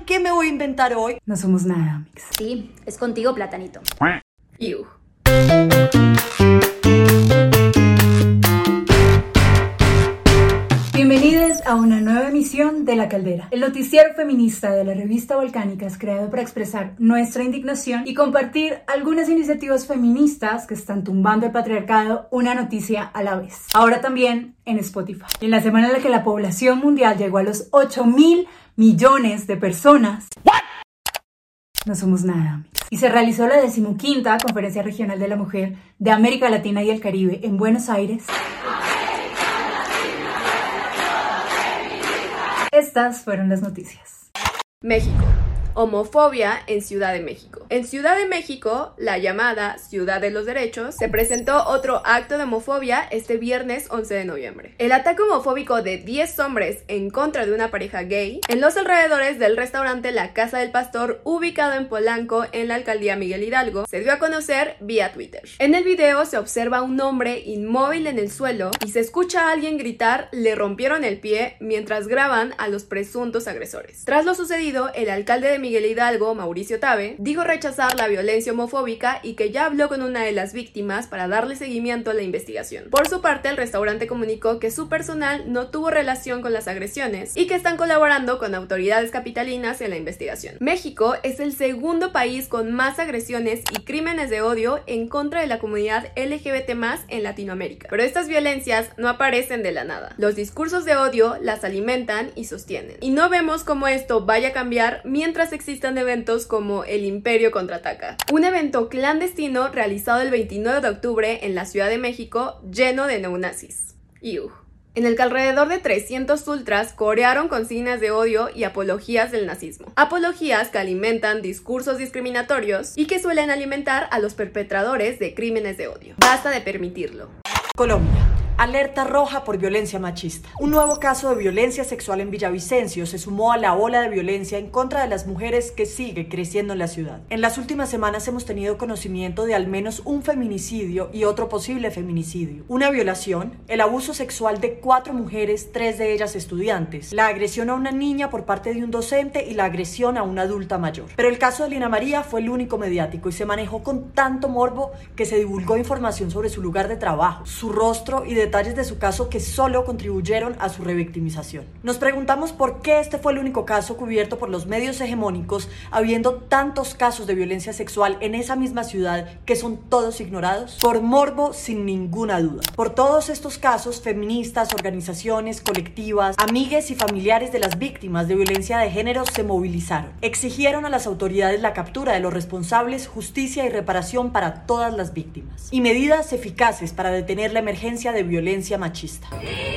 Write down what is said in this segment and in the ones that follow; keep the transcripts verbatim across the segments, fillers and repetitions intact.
¿qué me voy a inventar hoy? No somos nada, Mix. Sí, es contigo, Platanito. Iu. Bienvenidos a una nueva emisión de La Caldera, el noticiero feminista de la revista Volcánicas, creado para expresar nuestra indignación y compartir algunas iniciativas feministas que están tumbando el patriarcado una noticia a la vez. Ahora también en Spotify. En la semana en la que la población mundial llegó a los ocho mil millones de personas, ¿What? No somos nada, Mix. Y se realizó la decimoquinta Conferencia Regional de la Mujer de América Latina y el Caribe en Buenos Aires. Estas fueron las noticias. México. Homofobia en Ciudad de México. En Ciudad de México, la llamada Ciudad de los Derechos, se presentó otro acto de homofobia este viernes once de noviembre. El ataque homofóbico de diez hombres en contra de una pareja gay en los alrededores del restaurante La Casa del Pastor, ubicado en Polanco, en la alcaldía Miguel Hidalgo, se dio a conocer vía Twitter. En el video se observa a un hombre inmóvil en el suelo y se escucha a alguien gritar "le rompieron el pie" mientras graban a los presuntos agresores. Tras lo sucedido, el alcalde de Miguel Hidalgo, Mauricio Tabe, dijo rechazar la violencia homofóbica y que ya habló con una de las víctimas para darle seguimiento a la investigación. Por su parte, el restaurante comunicó que su personal no tuvo relación con las agresiones y que están colaborando con autoridades capitalinas en la investigación. México es el segundo país con más agresiones y crímenes de odio en contra de la comunidad L G B T más en Latinoamérica. Pero estas violencias no aparecen de la nada. Los discursos de odio las alimentan y sostienen. Y no vemos cómo esto vaya a cambiar mientras existan eventos como el Imperio Contraataca, un evento clandestino realizado el veintinueve de octubre en la Ciudad de México lleno de neonazis. Iu. En el que alrededor de trescientos ultras corearon consignas de odio y apologías del nazismo. Apologías que alimentan discursos discriminatorios y que suelen alimentar a los perpetradores de crímenes de odio. Basta de permitirlo. Colombia. Alerta roja por violencia machista. Un nuevo caso de violencia sexual en Villavicencio se sumó a la ola de violencia en contra de las mujeres que sigue creciendo en la ciudad. En las últimas semanas hemos tenido conocimiento de al menos un feminicidio y otro posible feminicidio, una violación, el abuso sexual de cuatro mujeres, tres de ellas estudiantes, la agresión a una niña por parte de un docente y la agresión a una adulta mayor. Pero el caso de Lina María fue el único mediático y se manejó con tanto morbo que se divulgó información sobre su lugar de trabajo, su rostro y de detalles de su caso que solo contribuyeron a su revictimización. Nos preguntamos por qué este fue el único caso cubierto por los medios hegemónicos, habiendo tantos casos de violencia sexual en esa misma ciudad que son todos ignorados. Por morbo, sin ninguna duda. Por todos estos casos, feministas, organizaciones, colectivas, amigues y familiares de las víctimas de violencia de género se movilizaron. Exigieron a las autoridades la captura de los responsables, justicia y reparación para todas las víctimas y medidas eficaces para detener la emergencia de violencia violencia machista.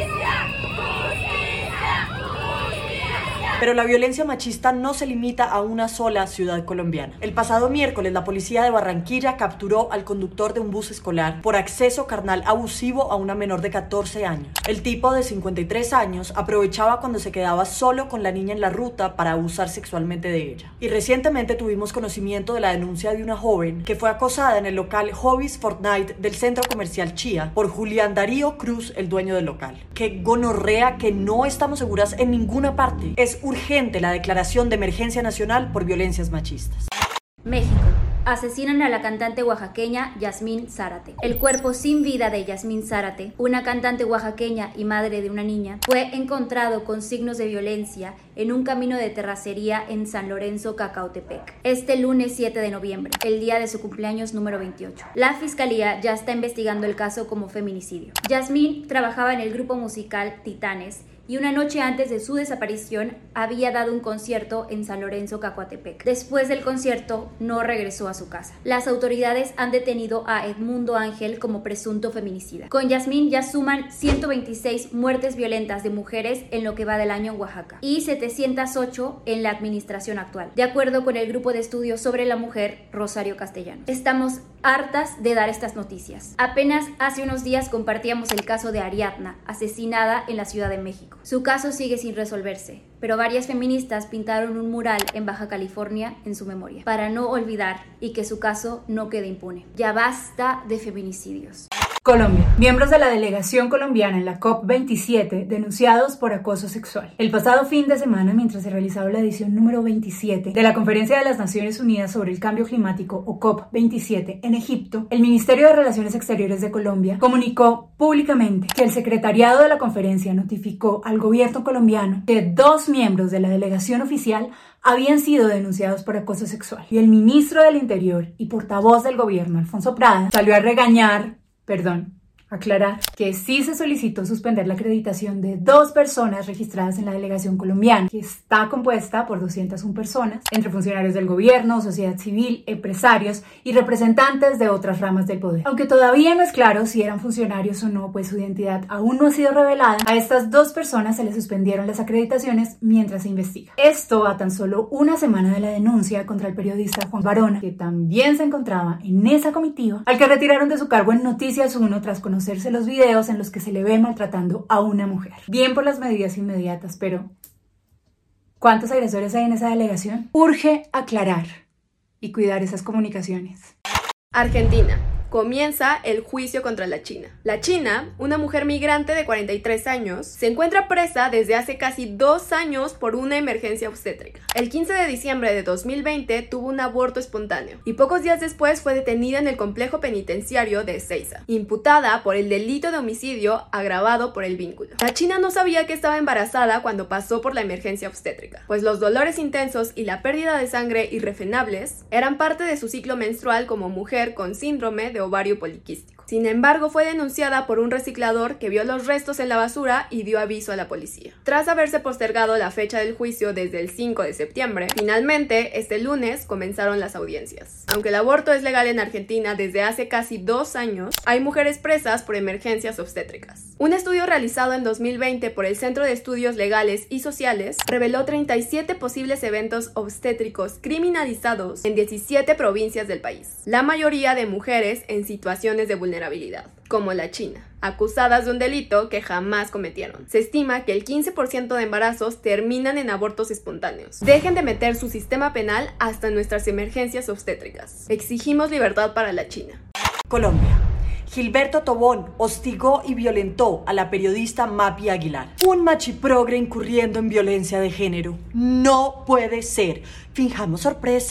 Pero la violencia machista no se limita a una sola ciudad colombiana. El pasado miércoles, la policía de Barranquilla capturó al conductor de un bus escolar por acceso carnal abusivo a una menor de catorce años. El tipo de cincuenta y tres años aprovechaba cuando se quedaba solo con la niña en la ruta para abusar sexualmente de ella. Y recientemente tuvimos conocimiento de la denuncia de una joven que fue acosada en el local Hobbies Fortnite del centro comercial Chía por Julián Darío Cruz, el dueño del local. ¡Qué gonorrea que no estamos seguras en ninguna parte! Es urgente la declaración de emergencia nacional por violencias machistas. México. Asesinan a la cantante oaxaqueña Yasmín Zárate. El cuerpo sin vida de Yasmín Zárate, una cantante oaxaqueña y madre de una niña, fue encontrado con signos de violencia en un camino de terracería en San Lorenzo, Cacautepec, este lunes siete de noviembre, el día de su cumpleaños número veintiocho. La fiscalía ya está investigando el caso como feminicidio. Yasmín trabajaba en el grupo musical Titanes y una noche antes de su desaparición había dado un concierto en San Lorenzo, Cacautepec. Después del concierto no regresó a su casa. Las autoridades han detenido a Edmundo Ángel como presunto feminicida. Con Yasmín ya suman ciento veintiséis muertes violentas de mujeres en lo que va del año en Oaxaca y setecientas ocho en la administración actual, de acuerdo con el grupo de estudios sobre la mujer Rosario Castellanos. Estamos hartas de dar estas noticias. Apenas hace unos días compartíamos el caso de Ariadna, asesinada en la Ciudad de México. Su caso sigue sin resolverse, pero varias feministas pintaron un mural en Baja California en su memoria, para no olvidar y que su caso no quede impune. Ya basta de feminicidios. Colombia. Miembros de la delegación colombiana en la COP veintisiete denunciados por acoso sexual. El pasado fin de semana, mientras se realizaba la edición número veintisiete de la Conferencia de las Naciones Unidas sobre el Cambio Climático o COP veintisiete en Egipto, el Ministerio de Relaciones Exteriores de Colombia comunicó públicamente que el secretariado de la conferencia notificó al gobierno colombiano que dos miembros de la delegación oficial habían sido denunciados por acoso sexual. Y el ministro del Interior y portavoz del gobierno, Alfonso Prada, salió a regañar Perdón, aclarar que sí se solicitó suspender la acreditación de dos personas registradas en la delegación colombiana, que está compuesta por doscientas una personas, entre funcionarios del gobierno, sociedad civil, empresarios y representantes de otras ramas del poder. Aunque todavía no es claro si eran funcionarios o no, pues su identidad aún no ha sido revelada, a estas dos personas se les suspendieron las acreditaciones mientras se investiga. Esto a tan solo una semana de la denuncia contra el periodista Juan Barona, que también se encontraba en esa comitiva, al que retiraron de su cargo en Noticias uno tras conocer conocerse los videos en los que se le ve maltratando a una mujer. Bien por las medidas inmediatas, pero ¿cuántos agresores hay en esa delegación? Urge aclarar y cuidar esas comunicaciones. Argentina. Comienza el juicio contra la China. La China, una mujer migrante de cuarenta y tres años, se encuentra presa desde hace casi dos años por una emergencia obstétrica. El quince de diciembre de dos mil veinte tuvo un aborto espontáneo y pocos días después fue detenida en el complejo penitenciario de Ezeiza, imputada por el delito de homicidio agravado por el vínculo. La China no sabía que estaba embarazada cuando pasó por la emergencia obstétrica, pues los dolores intensos y la pérdida de sangre irrefrenables eran parte de su ciclo menstrual como mujer con síndrome de ovario poliquístico. Sin embargo, fue denunciada por un reciclador que vio los restos en la basura y dio aviso a la policía. Tras haberse postergado la fecha del juicio desde el cinco de septiembre, finalmente, este lunes comenzaron las audiencias. Aunque el aborto es legal en Argentina desde hace casi dos años, hay mujeres presas por emergencias obstétricas. Un estudio realizado en dos mil veinte por el Centro de Estudios Legales y Sociales reveló treinta y siete posibles eventos obstétricos criminalizados en diecisiete provincias del país, la mayoría de mujeres en situaciones de vulnerabilidad, como la China, acusadas de un delito que jamás cometieron. Se estima que el quince por ciento de embarazos terminan en abortos espontáneos. Dejen de meter su sistema penal hasta nuestras emergencias obstétricas. Exigimos libertad para la China. Colombia. Gilberto Tobón hostigó y violentó a la periodista Mapi Aguilar. Un machiprogre incurriendo en violencia de género. No puede ser. Finjamos sorpresa.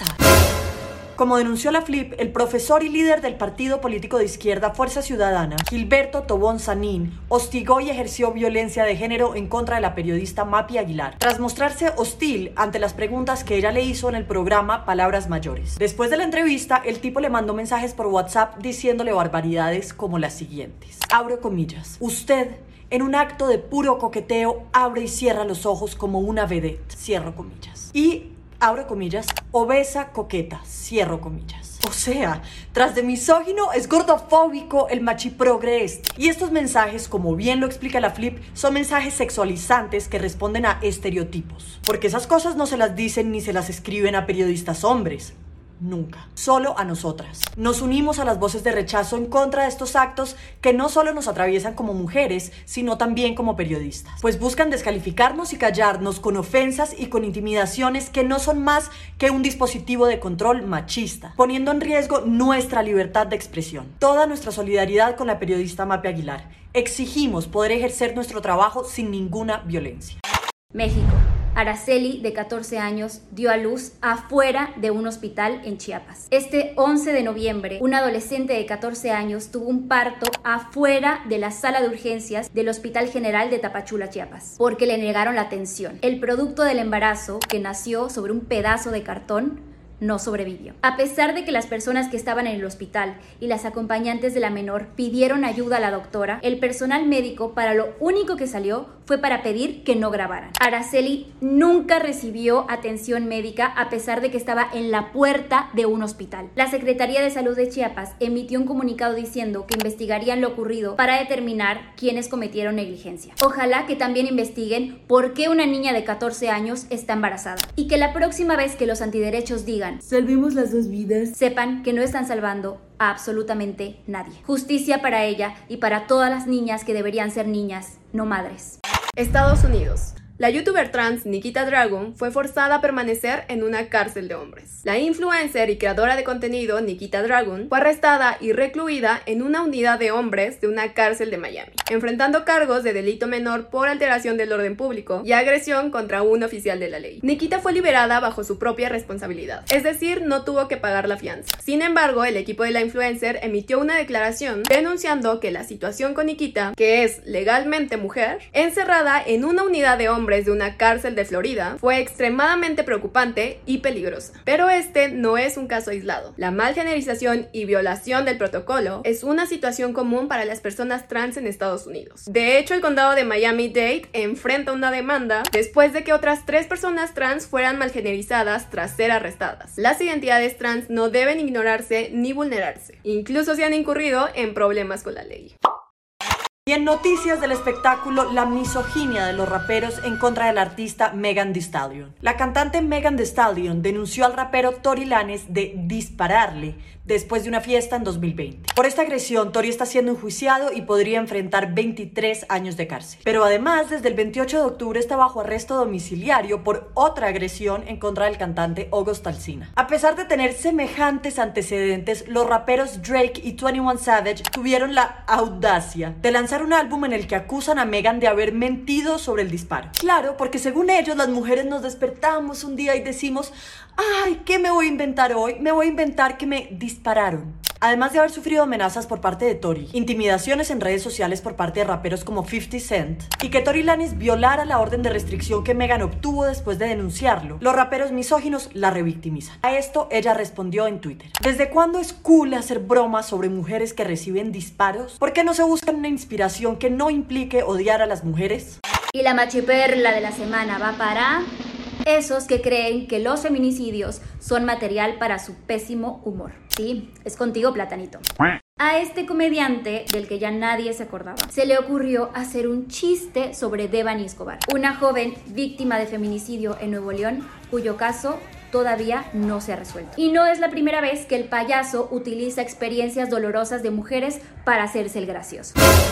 Como denunció la Flip, el profesor y líder del partido político de izquierda Fuerza Ciudadana, Gilberto Tobón Sanín, hostigó y ejerció violencia de género en contra de la periodista Mapi Aguilar, tras mostrarse hostil ante las preguntas que ella le hizo en el programa Palabras Mayores. Después de la entrevista, el tipo le mandó mensajes por WhatsApp diciéndole barbaridades como las siguientes. Abro comillas. Usted, en un acto de puro coqueteo, abre y cierra los ojos como una vedette. Cierro comillas. Y abro comillas, obesa coqueta, cierro comillas. O sea, tras de misógino es gordofóbico el machiprogre este. Y estos mensajes, como bien lo explica la Flip, son mensajes sexualizantes que responden a estereotipos. Porque esas cosas no se las dicen ni se las escriben a periodistas hombres. Nunca. Solo a nosotras. Nos unimos a las voces de rechazo en contra de estos actos que no solo nos atraviesan como mujeres, sino también como periodistas. Pues buscan descalificarnos y callarnos con ofensas y con intimidaciones que no son más que un dispositivo de control machista, poniendo en riesgo nuestra libertad de expresión. Toda nuestra solidaridad con la periodista Mapi Aguilar. Exigimos poder ejercer nuestro trabajo sin ninguna violencia. México. Araceli, de catorce años, dio a luz afuera de un hospital en Chiapas. Este once de noviembre, una adolescente de catorce años tuvo un parto afuera de la sala de urgencias del Hospital General de Tapachula, Chiapas, porque le negaron la atención. El producto del embarazo, que nació sobre un pedazo de cartón, no sobrevivió. A pesar de que las personas que estaban en el hospital y las acompañantes de la menor pidieron ayuda a la doctora, el personal médico para lo único que salió fue para pedir que no grabaran. Araceli nunca recibió atención médica a pesar de que estaba en la puerta de un hospital. La Secretaría de Salud de Chiapas emitió un comunicado diciendo que investigarían lo ocurrido para determinar quiénes cometieron negligencia. Ojalá que también investiguen por qué una niña de catorce años está embarazada y que la próxima vez que los antiderechos digan salvemos las dos vidas, sepan que no están salvando a absolutamente nadie. Justicia para ella y para todas las niñas que deberían ser niñas, no madres. Estados Unidos. La youtuber trans Nikita Dragun fue forzada a permanecer en una cárcel de hombres. La influencer y creadora de contenido Nikita Dragun fue arrestada y recluida en una unidad de hombres de una cárcel de Miami, enfrentando cargos de delito menor por alteración del orden público y agresión contra un oficial de la ley. Nikita fue liberada bajo su propia responsabilidad, es decir, no tuvo que pagar la fianza. Sin embargo, el equipo de la influencer emitió una declaración denunciando que la situación con Nikita, que es legalmente mujer, encerrada en una unidad de hombres de una cárcel de Florida, fue extremadamente preocupante y peligrosa. Pero este no es un caso aislado. La malgenerización y violación del protocolo es una situación común para las personas trans en Estados Unidos. De hecho, el condado de Miami-Dade enfrenta una demanda después de que otras tres personas trans fueran malgenerizadas tras ser arrestadas. Las identidades trans no deben ignorarse ni vulnerarse, incluso si han incurrido en problemas con la ley. Y en noticias del espectáculo, la misoginia de los raperos en contra del artista Megan Thee Stallion. La cantante Megan Thee Stallion denunció al rapero Tory Lanez de dispararle después de una fiesta en dos mil veinte. Por esta agresión, Tory está siendo enjuiciado y podría enfrentar veintitrés años de cárcel. Pero además, desde el veintiocho de octubre está bajo arresto domiciliario por otra agresión en contra del cantante August Alsina. A pesar de tener semejantes antecedentes, los raperos Drake y veintiuno Savage tuvieron la audacia de lanzar un álbum en el que acusan a Megan de haber mentido sobre el disparo. Claro, porque según ellos, las mujeres nos despertamos un día y decimos: ay, ¿qué me voy a inventar hoy? Me voy a inventar que me dispararon. Además de haber sufrido amenazas por parte de Tory, intimidaciones en redes sociales por parte de raperos como cincuenta Cent, y que Tory Lanez violara la orden de restricción que Megan obtuvo después de denunciarlo, los raperos misóginos la revictimizan. A esto ella respondió en Twitter: ¿desde cuándo es cool hacer bromas sobre mujeres que reciben disparos? ¿Por qué no se busca una inspiración que no implique odiar a las mujeres? Y la machiperla de la semana va para esos que creen que los feminicidios son material para su pésimo humor. Sí, es contigo, platanito. A este comediante, del que ya nadie se acordaba, se le ocurrió hacer un chiste sobre Devani Escobar, una joven víctima de feminicidio en Nuevo León, cuyo caso todavía no se ha resuelto. Y no es la primera vez que el payaso utiliza experiencias dolorosas de mujeres para hacerse el gracioso.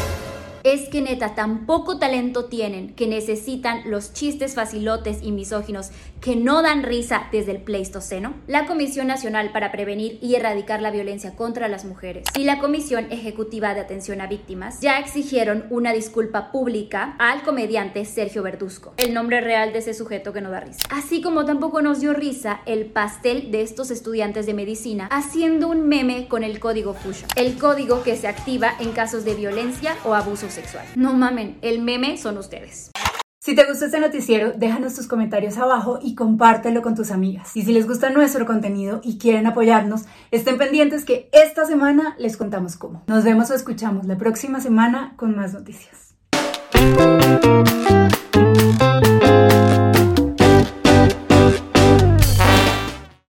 Es que neta, tan poco talento tienen que necesitan los chistes facilotes y misóginos que no dan risa desde el Pleistoceno. La Comisión Nacional para Prevenir y Erradicar la Violencia contra las Mujeres y la Comisión Ejecutiva de Atención a Víctimas ya exigieron una disculpa pública al comediante Sergio Verduzco, el nombre real de ese sujeto que no da risa. Así como tampoco nos dio risa el pastel de estos estudiantes de medicina haciendo un meme con el código Fusion, el código que se activa en casos de violencia o abuso sexual. No mamen, el meme son ustedes. Si te gustó este noticiero, déjanos tus comentarios abajo y compártelo con tus amigas. Y si les gusta nuestro contenido y quieren apoyarnos, estén pendientes que esta semana les contamos cómo. Nos vemos o escuchamos la próxima semana con más noticias.